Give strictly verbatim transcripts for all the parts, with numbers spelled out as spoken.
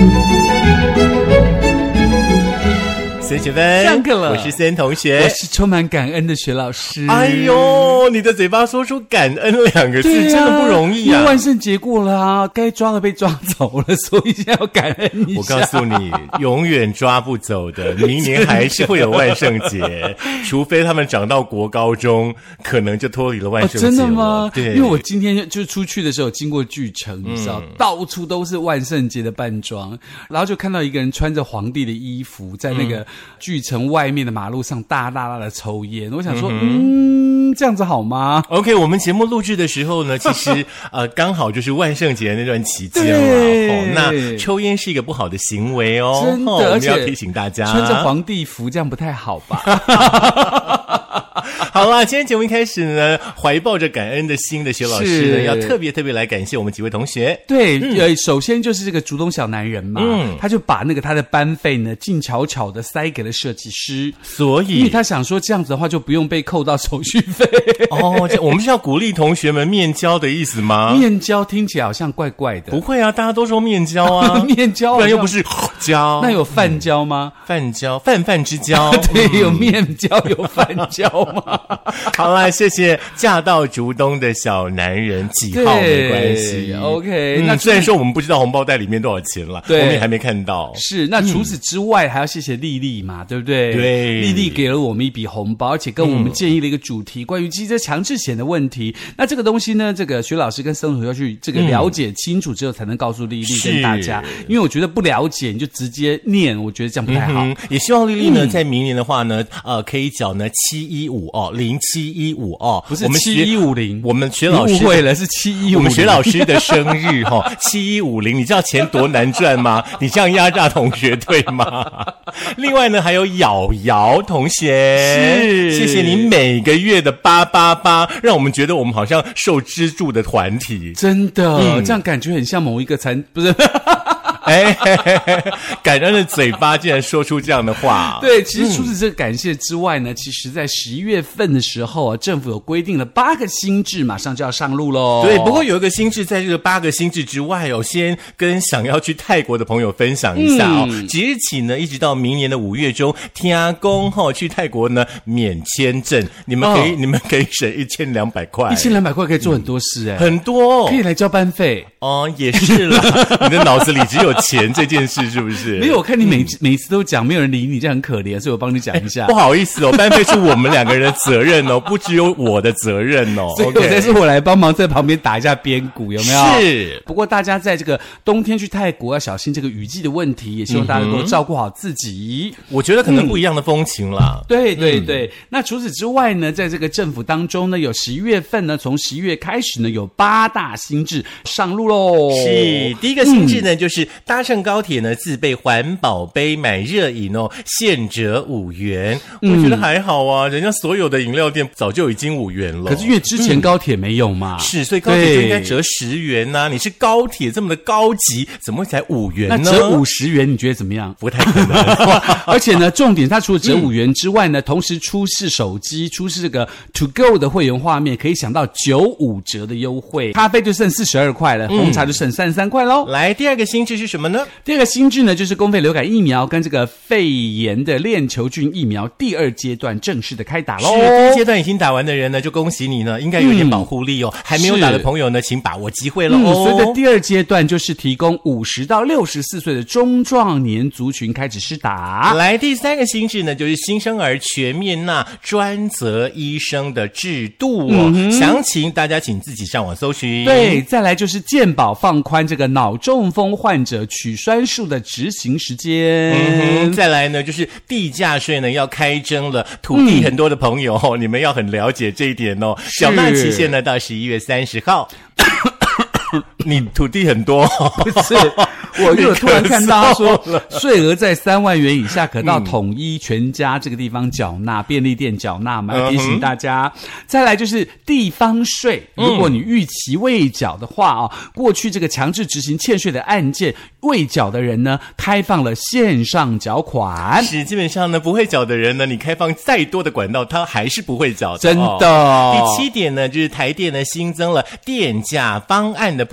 森学分上课了， 我是森同学， 我是充满感恩的学老师。 哎呦，你的嘴巴说出感恩两个字、啊、真的不容易啊！ 因为万圣节过了啊，该抓的被抓走了，所以现在要感恩一下。 我告诉你，永远抓不走的，明年还是会有万圣节，除非他们长到国高中，可能就脱离了万圣节了、 哦、真的吗？ 对， 因为我今天就出去的时候经过巨城，你知道、嗯、到处都是万圣节的扮装，然后就看到一个人穿着皇帝的衣服在那个、嗯巨城外面的马路上大大大的抽烟，我想说，嗯, 嗯，这样子好吗 ？OK， 我们节目录制的时候呢，其实呃刚好就是万圣节那段期间了、哦。那抽烟是一个不好的行为哦， 真的， 哦、我们要提醒大家， 穿着皇帝服这样不太好吧？ 好啦，今天节目一开始呢，怀抱着感恩的心的薛老师呢，要特别特别来感谢我们几位同学。 对，嗯、呃，首先就是这个竹东小男人嘛，嗯，他就把那个他的班费呢，静悄悄的塞给了设计师， 所以因为他想说这样子的话就不用被扣到手续费。 哦，这我们是要鼓励同学们面交的意思吗？ 面交听起来好像怪怪的。 不会啊，大家都说面交啊， 面交， 不然又不是交。 那有饭交吗？ 嗯、饭交，泛泛之交。 对，有面交，有饭交吗？ 好啦，谢谢嫁到竹东的小男人，几号没关系 ，OK、 嗯。那虽然说我们不知道红包袋里面多少钱了，我们也还没看到。 是，那除此之外、嗯、还要谢谢丽丽嘛，对不对？ 对， 丽丽给了我们一笔红包，而且跟我们建议了一个主题，嗯、关于机车强制险的问题。那这个东西呢，这个徐老师跟森同学要去这个了解清楚之后，才能告诉丽丽跟大家。因为我觉得不了解你就直接念，我觉得这样不太好。嗯、 也希望丽丽呢、嗯，在明年的话呢，呃，可以缴呢七一五哦，零七一五哦， 不是七一五零， 我们学老师误会了，是七一五零。 我们学老师的生日哈、哦，七一五零，你知道钱多难赚吗？你这样压榨同学对吗？另外呢，还有瑶瑶同学， 是谢谢你每个月的八八八，让我们觉得我们好像受资助的团体， 真的，嗯、这样感觉很像某一个残不是。 哎，感人的嘴巴竟然说出这样的话。 对，其实除此这个感谢之外呢，嗯、其实在十一月份的时候啊，政府有规定了八个新制，马上就要上路喽。 对，不过有一个新制，在这个八个新制之外哦，先跟想要去泰国的朋友分享一下哦。嗯、即日起呢，一直到明年的五月中，听公哈去泰国呢免签证，你们可以、哦、你们可以省一千两百块， 一千两百块可以做很多事哎、 嗯，很多、哦、 可以来交班费哦，也是啦。你的脑子里只有钱这件事是不是？ 没有，我看你每、嗯、每一次都讲，没有人理你，这样很可怜，所以我帮你讲一下。 不好意思哦，班费是我们两个人的责任哦，不只有我的责任哦。 所以我才是我来帮忙在旁边打一下边鼓，有没有？ 是。 不过大家在这个冬天去泰国要小心这个雨季的问题，也希望大家能够照顾好自己。 嗯、我觉得可能不一样的风情啦。 嗯、对对对、嗯。那除此之外呢，在这个政府当中呢，有十一月份呢，从十一月开始呢，有八大新制上路喽。 是，第一个新制呢，嗯、就是搭乘高铁呢，自备环保杯买热饮哦，现折五元。嗯、我觉得还好啊，人家所有的饮料店早就已经五元了。 可是因为之前高铁没有嘛， 嗯、是，所以高铁就应该折十元呐、啊。你是高铁这么的高级，怎么会才五元呢？ 那折五十元，你觉得怎么样？ 不太可能。 而且呢，重点它除了折五元之外呢，嗯、同时出示手机、出示这个 To Go 的会员画面，可以享到九五折的优惠。咖啡就剩四十二块了，红茶就剩三十三块喽。 来，第二个新制是什么呢？ 第二个新制呢，就是公费流感疫苗跟这个肺炎的链球菌疫苗第二阶段正式的开打咯。 是，第一阶段已经打完的人呢，就恭喜你呢，应该有点保护力哦。嗯、还没有打的朋友呢，请把握机会了哦。 嗯、所以的第二阶段就是提供五十到六十四岁的中壮年族群开始施打。 来，第三个新制呢，就是新生儿全面纳专责医生的制度哦。嗯、详情大家请自己上网搜寻。 对，再来就是健保放宽这个脑中风患者取栓术的执行时间。 嗯，再来呢，就是地价税呢要开征了，土地很多的朋友、哦嗯、你们要很了解这一点哦。缴纳期限呢到十一月三十号。你土地很多、哦， 不是？我又突然看到他说，税额在三万元以下，可到统一全家这个地方缴纳，嗯、便利店缴纳嘛，要提醒大家。嗯、再来就是地方税，如果你逾期未缴的话啊、哦，过去这个强制执行欠税的案件未缴的人呢，开放了线上缴款。 是，基本上呢，不会缴的人呢，你开放再多的管道，他还是不会缴的。 真的。 哦、第七点呢，就是台电呢新增了电价方案的部分。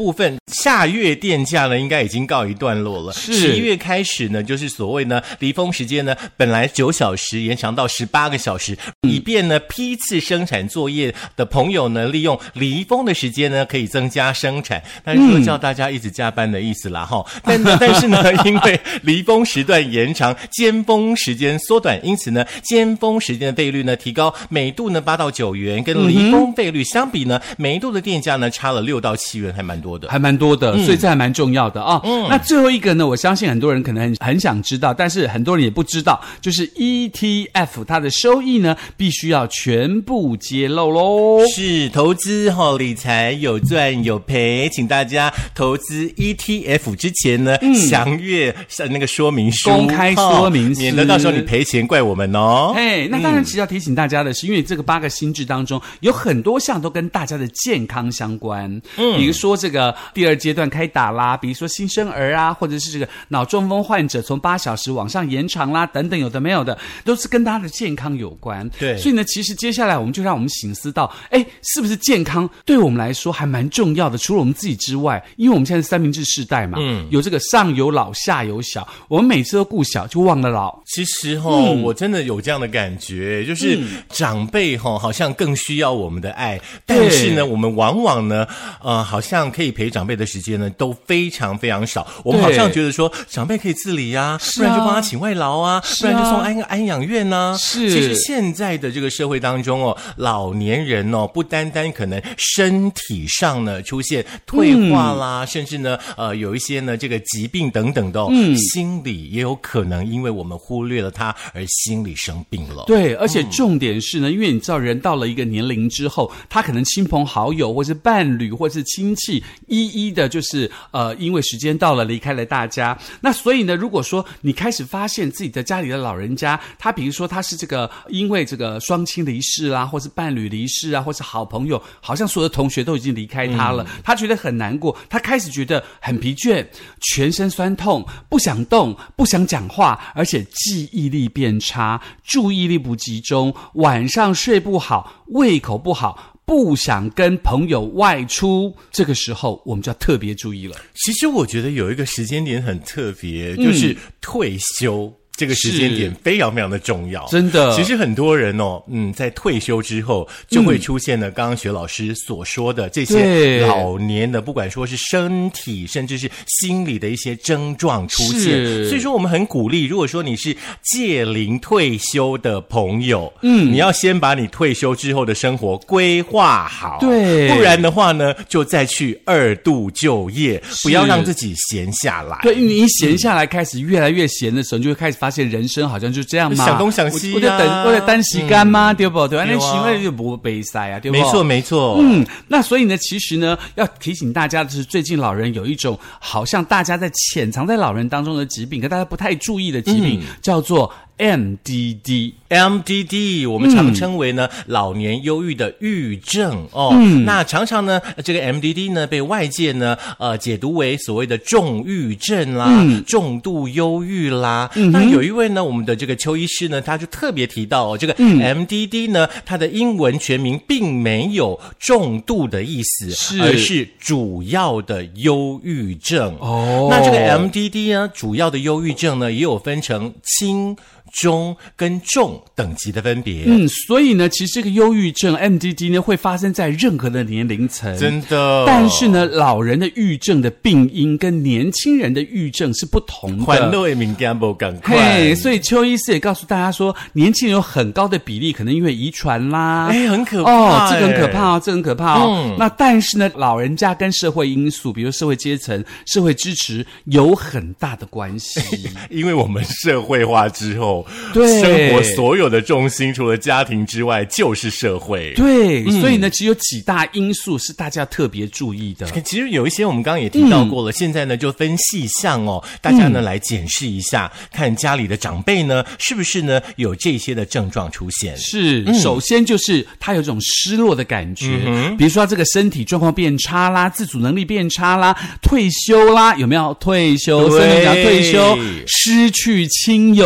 下月电价呢，应该已经告一段落了。 是十一月开始呢，就是所谓呢离峰时间呢，本来九小时延长到十八个小时，嗯、以便呢批次生产作业的朋友呢，利用离峰的时间呢，可以增加生产。但是说叫大家一直加班的意思啦，哈、嗯。但呢，但是呢，因为离峰时段延长，尖峰时间缩短，因此呢，尖峰时间的费率呢提高，每度呢八到九元，跟离峰费率相比呢，每一度的电价呢差了六到七元，还蛮多的， 还蛮多的，嗯、所以这还蛮重要的啊、哦。嗯、那最后一个呢，我相信很多人可能很很想知道，但是很多人也不知道，就是 E T F 它的收益呢，必须要全部揭露喽。 是投资哈、哦，理财有赚有赔，请大家投资 E T F 之前呢，嗯、详阅那个说明书， 公开说明书、哦， 免得到时候你赔钱怪我们哦。 哎，那当然，其实要提醒大家的是，因为这个八个心智当中有很多项都跟大家的健康相关，嗯，比如说这个第二阶段开打啦，比如说新生儿啊，或者是这个脑中风患者从八小时往上延长啦，等等，有的没有的，都是跟大家的健康有关。 对， 所以呢，其实接下来我们就让我们省思到，哎，是不是健康对我们来说还蛮重要的？除了我们自己之外，因为我们现在是三明治世代嘛，嗯，有这个上有老下有小，我们每次都顾小就忘了老。 其实哈、哦嗯，我真的有这样的感觉，就是长辈哈、哦，好像更需要我们的爱，但是呢，我们往往呢，呃，好像可以陪长辈的时间呢，都非常非常少。我们好像觉得说，长辈可以自理啊，不然就帮他请外劳啊，不然就送安安养院啊。 是， 其实现在的这个社会当中哦，老年人哦，不单单可能身体上呢出现退化啦，嗯、甚至呢，呃，有一些呢这个疾病等等的、哦，嗯，心理也有可能因为我们忽略了他而心理生病了。 对，而且重点是呢，嗯、因为你知道人到了一个年龄之后，他可能亲朋好友或是伴侣或是亲戚一一的就是呃因为时间到了离开了大家。那所以呢，如果说你开始发现自己的家里的老人家，他比如说他是这个因为这个双亲离世啦，或是伴侣离世啊，或是好朋友好像所有的同学都已经离开他了、嗯、他觉得很难过，他开始觉得很疲倦，全身酸痛，不想动，不想讲话，而且记忆力变差，注意力不集中，晚上睡不好，胃口不好，不想跟朋友外出，这个时候我们就要特别注意了。 其实我觉得有一个时间点很特别，嗯、就是退休。这个时间点非常非常的重要， 真的。 其实很多人哦，嗯，在退休之后就会出现了刚刚薛老师所说的这些老年的，不管说是身体甚至是心理的一些症状出现。所以说我们很鼓励，如果说你是届龄退休的朋友，嗯，你要先把你退休之后的生活规划好， 对， 不然的话呢，就再去二度就业，不要让自己闲下来。 对，你一闲下来，开始越来越闲的时候，你就会开始发现人生好像就这样嘛， 想东想西、啊， 我在等，我在等时间嘛，嗯、对不对？那行为就不被塞啊，对不？ 没错，没错。 嗯，那所以呢，其实呢，要提醒大家的是，最近老人有一种好像大家在潜藏在老人当中的疾病，可大家不太注意的疾病，嗯、叫做 M D D。M D D 我们常称为呢、嗯、老年忧郁的郁症哦、嗯。那常常呢，这个 M D D 呢被外界呢呃解读为所谓的重郁症啦、嗯、重度忧郁啦。嗯、那有一位呢，我们的这个邱医师呢，他就特别提到哦，这个 M D D 呢，它的英文全名并没有重度的意思， 是而是主要的忧郁症哦。 那这个 M D D 呢，主要的忧郁症呢，也有分成轻、中跟重等级的分别。 嗯，所以呢，其实这个忧郁症 M D D 呢会发生在任何的年龄层， 真的。 但是呢，老人的郁症的病因跟年轻人的郁症是不同的。 欢乐的敏感不赶快。 嘿，所以邱医师也告诉大家说，年轻人有很高的比例可能因为遗传啦， 哎，很可怕哦，这个很可怕哦，这个很可怕哦。嗯、那但是呢，老人家跟社会因素，比如社会阶层、社会支持有很大的关系， 因为我们社会化之后。 对， 生活所有的重心除了家庭之外就是社会。 对、嗯、所以呢，其实有几大因素是大家特别注意的。 其实有一些我们刚刚也提到过了、嗯、现在呢就分细项哦，大家呢、嗯、来检视一下，看家里的长辈呢是不是呢有这些的症状出现。 是、嗯、首先就是他有一种失落的感觉、嗯、比如说他这个身体状况变差啦，自主能力变差啦，退休啦，有没有退休？所以讲退休，失去亲友，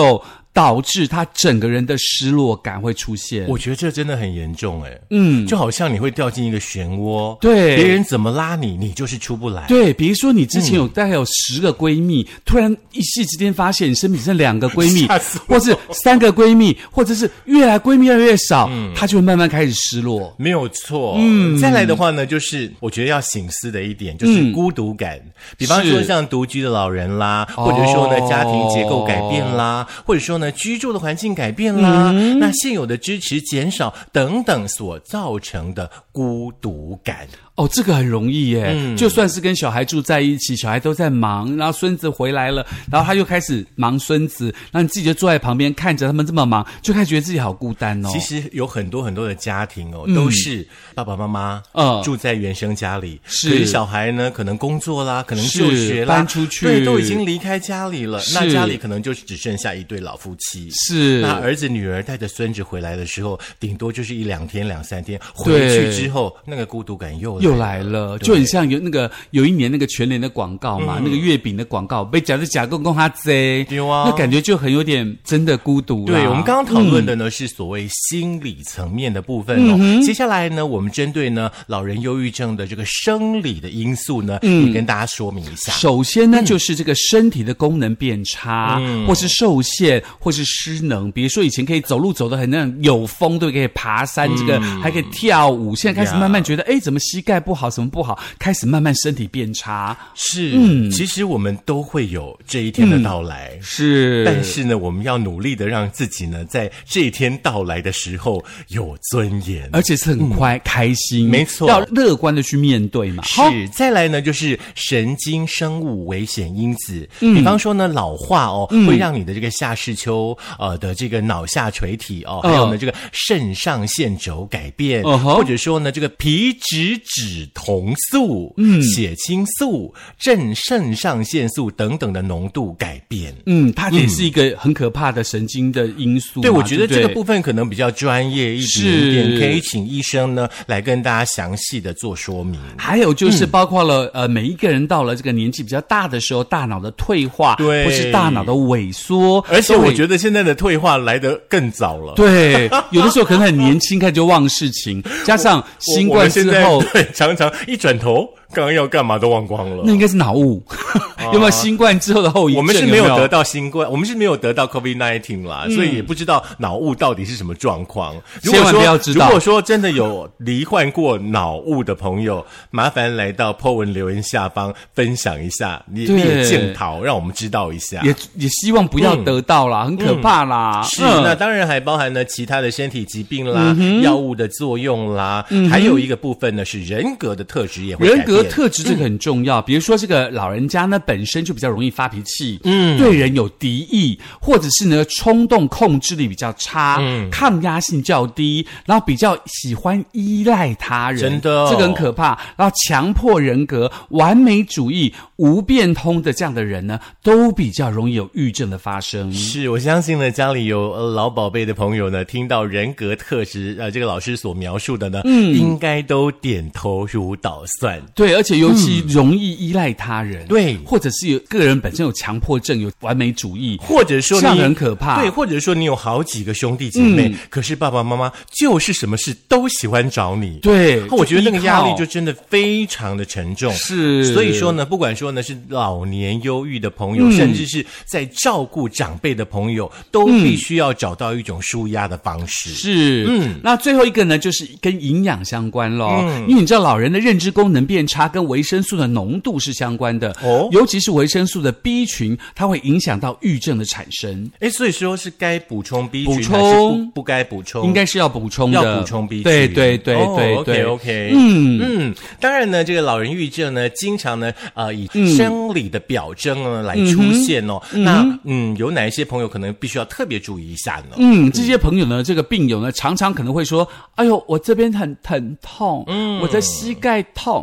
导致他整个人的失落感会出现。 我觉得这真的很严重哎， 嗯， 就好像你会掉进一个漩涡， 对， 别人怎么拉你，你就是出不来。 对，比如说你之前有大概有十个闺蜜，嗯、突然一夕之间发现你身边只剩两个闺蜜，或是三个闺蜜，或者是越来闺蜜越来越少，嗯、她就会慢慢开始失落。 没有错。嗯，再来的话呢，就是我觉得要省思的一点就是孤独感，嗯、比方说像独居的老人啦，或者说呢家庭结构改变啦，哦、或者说呢居住的环境改变啦，嗯、那现有的支持减少等等所造成的孤独感。 哦，这个很容易耶，嗯、就算是跟小孩住在一起，小孩都在忙，然后孙子回来了，然后他又开始忙孙子，然后你自己就坐在旁边看着他们这么忙，就开始觉得自己好孤单哦。 其实有很多很多的家庭哦，嗯、都是爸爸妈妈嗯住在原生家里，是，可是小孩呢可能工作啦，可能就学啦， 搬出去， 对，都已经离开家里了，那家里可能就只剩下一对老夫妻。 是， 那儿子女儿带着孙子回来的时候，顶多就是一两天两三天，回去之后那个孤独感又来了。 又来了，就很像有那个有一年那个全联的广告嘛，嗯、那个月饼的广告，被夹着夹公公他贼，对啊，那感觉就很有点真的孤独啦。 对，我们刚刚讨论的呢、嗯、是所谓心理层面的部分哦。嗯、接下来呢，我们针对呢老人忧郁症的这个生理的因素呢，嗯、也跟大家说明一下。 首先呢，嗯、就是这个身体的功能变差，嗯、或是受限，或是失能。比如说以前可以走路走得很那样有风，对，可以爬山，嗯、这个还可以跳舞，现在开始慢慢觉得，哎，怎么膝盖不好？什么不好？开始慢慢身体变差。 是，嗯，其实我们都会有这一天的到来， 嗯、是。 但是呢，我们要努力的让自己呢，在这一天到来的时候有尊严， 而且是很快、嗯、开心， 没错， 要乐观的去面对嘛。 是。再来呢，就是神经生物危险因子，嗯、比方说呢，老化哦，嗯、会让你的这个下视丘呃的这个脑下垂体哦，还有呢、哦、这个肾上腺轴改变，哦、或者说呢这个皮质脂酮素、嗯、血清素、正肾上腺素等等的浓度改变。 嗯，它也是一个很可怕的神经的因素。 对，我觉得这个部分可能比较专业一点点，可以请医生呢来跟大家详细的做说明。 还有就是包括了、嗯、呃每一个人到了这个年纪比较大的时候，大脑的退化，对，或是大脑的萎缩， 而且我觉得现在的退化来得更早了。 对，有的时候可能很年轻开始就忘事情，加上新冠之后， 对，常常一转头刚刚要干嘛都忘光了。 那应该是脑雾。有没有新冠之后的后遗症？ 我们是没有得到新冠，我们是没有得到 COVID 十九 啦，嗯、所以也不知道脑雾到底是什么状况。 千万不要知道。 如果说真的有罹患过脑雾的朋友，麻烦来到 po 文留言下方分享一下，你你也检讨，让我们知道一下。 也也希望不要得到啦，嗯、很可怕啦。 嗯、是，嗯、那当然还包含了其他的身体疾病啦、嗯、药物的作用啦，嗯、还有一个部分呢是人格的特质也会改变。 人格特质这个很重要，嗯、比如说这个老人家呢本身就比较容易发脾气，嗯，对人有敌意，或者是呢冲动控制力比较差，嗯，抗压性较低，然后比较喜欢依赖他人， 真的、哦、 这个很可怕。然后强迫人格、完美主义、无变通的这样的人呢，都比较容易有郁症的发生。 是，我相信呢，家里有、呃、老宝贝的朋友呢，听到人格特质，呃，这个老师所描述的呢，嗯，应该都点头如捣蒜。 对，而且尤其容易依赖他人， 嗯、对， 或者是有个人本身有强迫症、有完美主义， 或者说你这样很可怕。 对，或者说你有好几个兄弟姐妹，嗯、可是爸爸妈妈就是什么事都喜欢找你。 对， 我觉得那个压力就真的非常的沉重。 是， 所以说呢，不管说呢是老年忧郁的朋友，嗯、甚至是在照顾长辈的朋友，都必须要找到一种抒压的方式。 是，嗯，那最后一个呢，就是跟营养相关咯。嗯，因为你知道老人的认知功能变差跟维生素的浓度是相关的哦，尤其是维生素的 B 群，它会影响到郁症的产生。 诶，所以说是该补充 B 群补充还是 不, 不该补充？ 应该是要补充的， 要补充 B 群。 对对对对对、 哦、OK OK。嗯嗯，当然呢，这个老人郁症呢，经常呢呃以生理的表征呢、嗯、来出现哦。嗯、那嗯，有哪一些朋友可能必须要特别注意一下呢？ 嗯，这些朋友呢，这个病友呢，常常可能会说：“哎呦，我这边很疼痛，嗯，我的膝盖痛啊，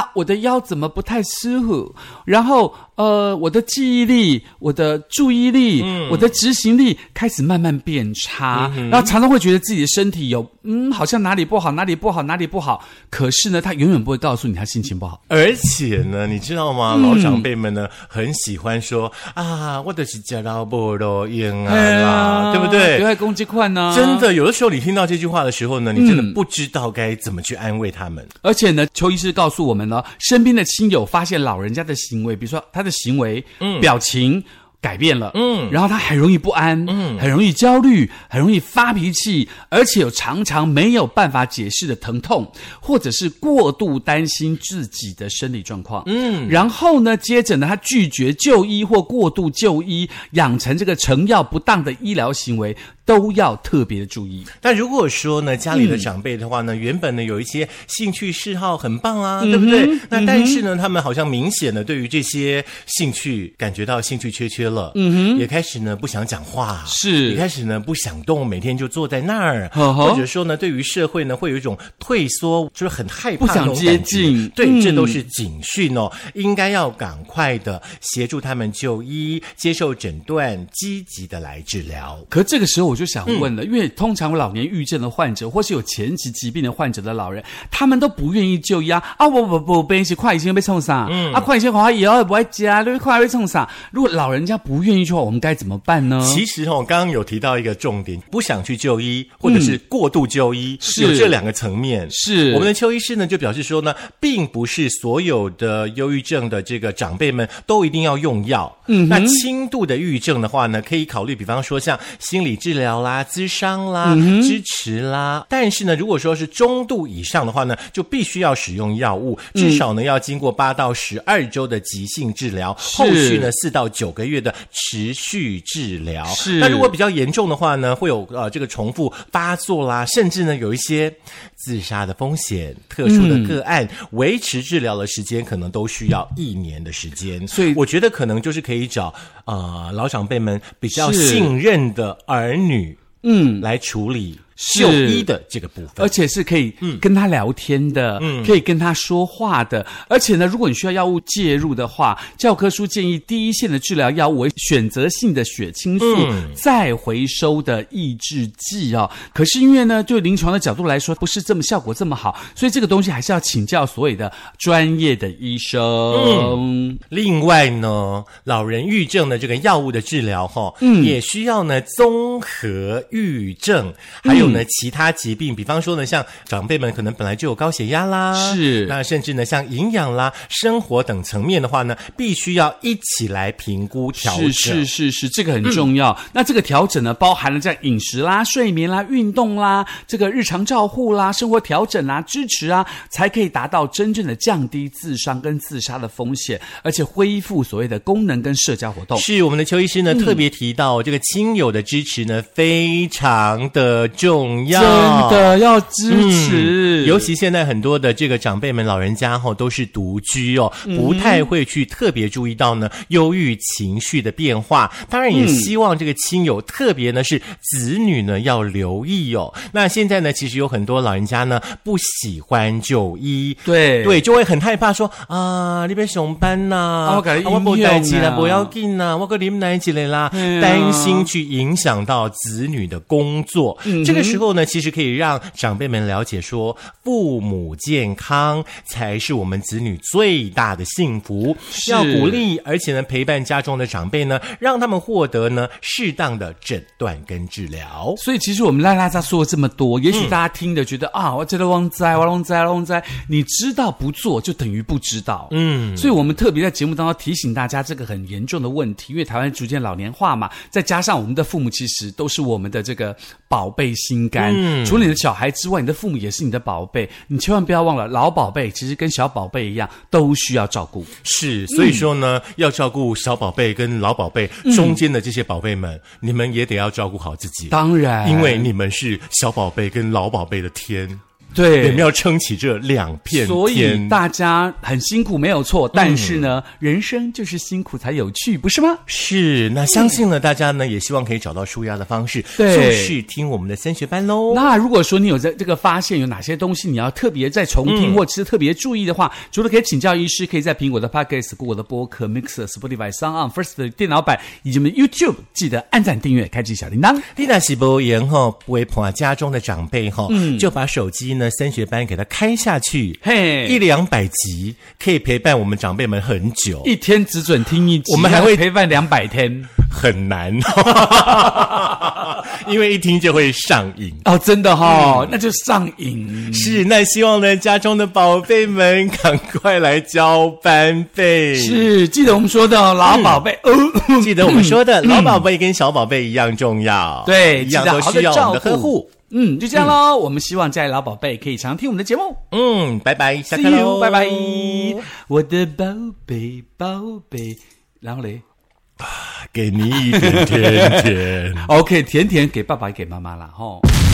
啊，我的腰怎么不太舒服？然后呃，我的记忆力、我的注意力、嗯、我的执行力开始慢慢变差，嗯、然后常常会觉得自己的身体有嗯，好像哪里不好，哪里不好，哪里不好。可是呢，他永远不会告诉你他心情不好。 而且呢，你知道吗？嗯、老长辈们呢，很喜欢说啊，我就是吃到不落用啊啦，对不对？ 不要攻击款呢。 真的，有的时候你听到这句话的时候呢，你真的不知道该怎么去安慰他们。 而且呢，邱医师告诉我们呢，身边的亲友发现老人家的行为，比如说他的行为、嗯、表情改变了，嗯，然后他很容易不安，嗯，很容易焦虑，很容易发脾气，而且有常常没有办法解释的疼痛，或者是过度担心自己的生理状况，嗯，然后呢，接着呢，他拒绝就医或过度就医，养成这个成药不当的医疗行为，都要特别的注意。 但如果说呢，家里的长辈的话呢，嗯、原本呢有一些兴趣嗜好很棒啊，嗯、对不对？那但是呢，嗯、他们好像明显的对于这些兴趣感觉到兴趣缺缺了，嗯哼，也开始呢不想讲话， 是， 也开始呢不想动，每天就坐在那儿，呵呵或者说呢，对于社会呢会有一种退缩，就是很害怕， 不想接近。 对， 嗯、 这都是警讯哦，应该要赶快的协助他们就医，接受诊断，积极的来治疗。 可这个时候我就想问了，嗯、因为通常老年郁症的患者，或是有前期疾病的患者的老人，他们都不愿意就医啊！啊，我不不不，是快医生被冲上，嗯、啊，快医生好以后不爱加，对，快被冲上。如果老人家不愿意去的话，我们该怎么办呢？ 其实哦，刚刚有提到一个重点，不想去就医，或者是过度就医， 是、 嗯、有这两个层面。 是我们的邱医师呢，就表示说呢，并不是所有的忧郁症的这个长辈们都一定要用药。嗯，那轻度的抑郁症的话呢，可以考虑，比方说像心理治疗啦、咨商啦、嗯、支持啦。但是呢，如果说是中度以上的话呢，就必须要使用药物，至少呢、嗯、要经过八到十二周的急性治疗，后续呢四到九个月的持续治疗。 是。 那如果比较严重的话呢，会有呃这个重复发作啦，甚至呢有一些自杀的风险，特殊的个案，嗯、维持治疗的时间可能都需要一年的时间。所以我觉得可能就是可以找呃老长辈们比较信任的儿女，嗯，来处理就医的这个部分， 而且是可以跟他聊天的，嗯，可以跟他说话的。而且呢，如果你需要药物介入的话，教科书建议第一线的治疗药物为选择性的血清素、嗯、再回收的抑制剂哦。可是因为呢，对临床的角度来说，不是这么效果这么好，所以这个东西还是要请教所谓的专业的医生。 嗯，另外呢，老人郁症的这个药物的治疗哈、哦，嗯，也需要呢综合郁症，还有。呢，其他疾病，比方说呢，像长辈们可能本来就有高血压啦， 是， 那甚至呢，像营养啦、生活等层面的话呢，必须要一起来评估调整。 是是是是，这个很重要。嗯、那这个调整呢，包含了在饮食啦、睡眠啦、运动啦、这个日常照护啦、生活调整啦、支持啊，才可以达到真正的降低自伤跟自杀的风险，而且恢复所谓的功能跟社交活动。 是我们的邱医师呢、嗯、特别提到，这个亲友的支持呢，非常的重要。重要， 真的要支持、 嗯、尤其现在很多的这个长辈们老人家齁都是独居哦，不太会去特别注意到呢忧郁情绪的变化，当然也希望这个亲友、嗯、特别呢是子女呢要留意哦。那现在呢其实有很多老人家呢不喜欢就医， 对对，就会很害怕说啊你要上班啦、啊、我给你我没事情啦不要紧啦我给你们来一来啦、啊、担心去影响到子女的工作、嗯、这个时候呢其实可以让长辈们了解说父母健康才是我们子女最大的幸福，要鼓励而且呢陪伴家中的长辈呢，让他们获得呢适当的诊断跟治疗。 所以其实我们拉拉杂说了这么多，也许大家听的觉得、嗯、啊我这个忘灾我忘灾忘灾，你知道不做就等于不知道。嗯，所以我们特别在节目当中提醒大家这个很严重的问题，因为台湾逐渐老年化嘛，再加上我们的父母其实都是我们的这个宝贝心肝、嗯、除了你的小孩之外，你的父母也是你的宝贝，你千万不要忘了老宝贝其实跟小宝贝一样都需要照顾。 是，所以说呢、嗯、要照顾小宝贝跟老宝贝中间的这些宝贝们、嗯、你们也得要照顾好自己， 当然因为你们是小宝贝跟老宝贝的天对， 我们要撑起这两片天。 所以大家很辛苦没有错，但是呢、嗯、人生就是辛苦才有趣，不是吗？ 是，那相信呢、嗯、大家呢也希望可以找到抒压的方式， 对， 就是听我们的升学班咯。 那如果说你有在这个发现有哪些东西你要特别再重听、嗯、或者是特别注意的话，除了可以请教医师，可以在苹果的 Podcast、Google 的播客、Mixer、Spotify、SoundOn、First 的电脑版以及我们的 YouTube 记得按赞订阅开启小铃铛。 你若是无闲吼，陪伴家中的长辈吼、嗯，就把手机呢升学班给它开下去，嘿，一两百集可以陪伴我们长辈们很久， 一天只准听一集， 我们还会陪伴两百天， 很难，因为一听就会上瘾哦，真的哦、嗯，那就上瘾。 是，那希望呢家中的宝贝们赶快来交班费。 是，记得我们说的、哦、老宝贝、嗯呃，记得我们说的、嗯、老宝贝跟小宝贝一样重要， 对， 一样都需要我们的呵护。 嗯，就这样咯、嗯、我们希望家里老宝贝可以常听我们的节目。 嗯，拜拜，下课咯， 拜拜，我的宝贝宝贝，然后嘞， 给你一点甜甜。 OK， 甜甜给爸爸给妈妈啦，吼。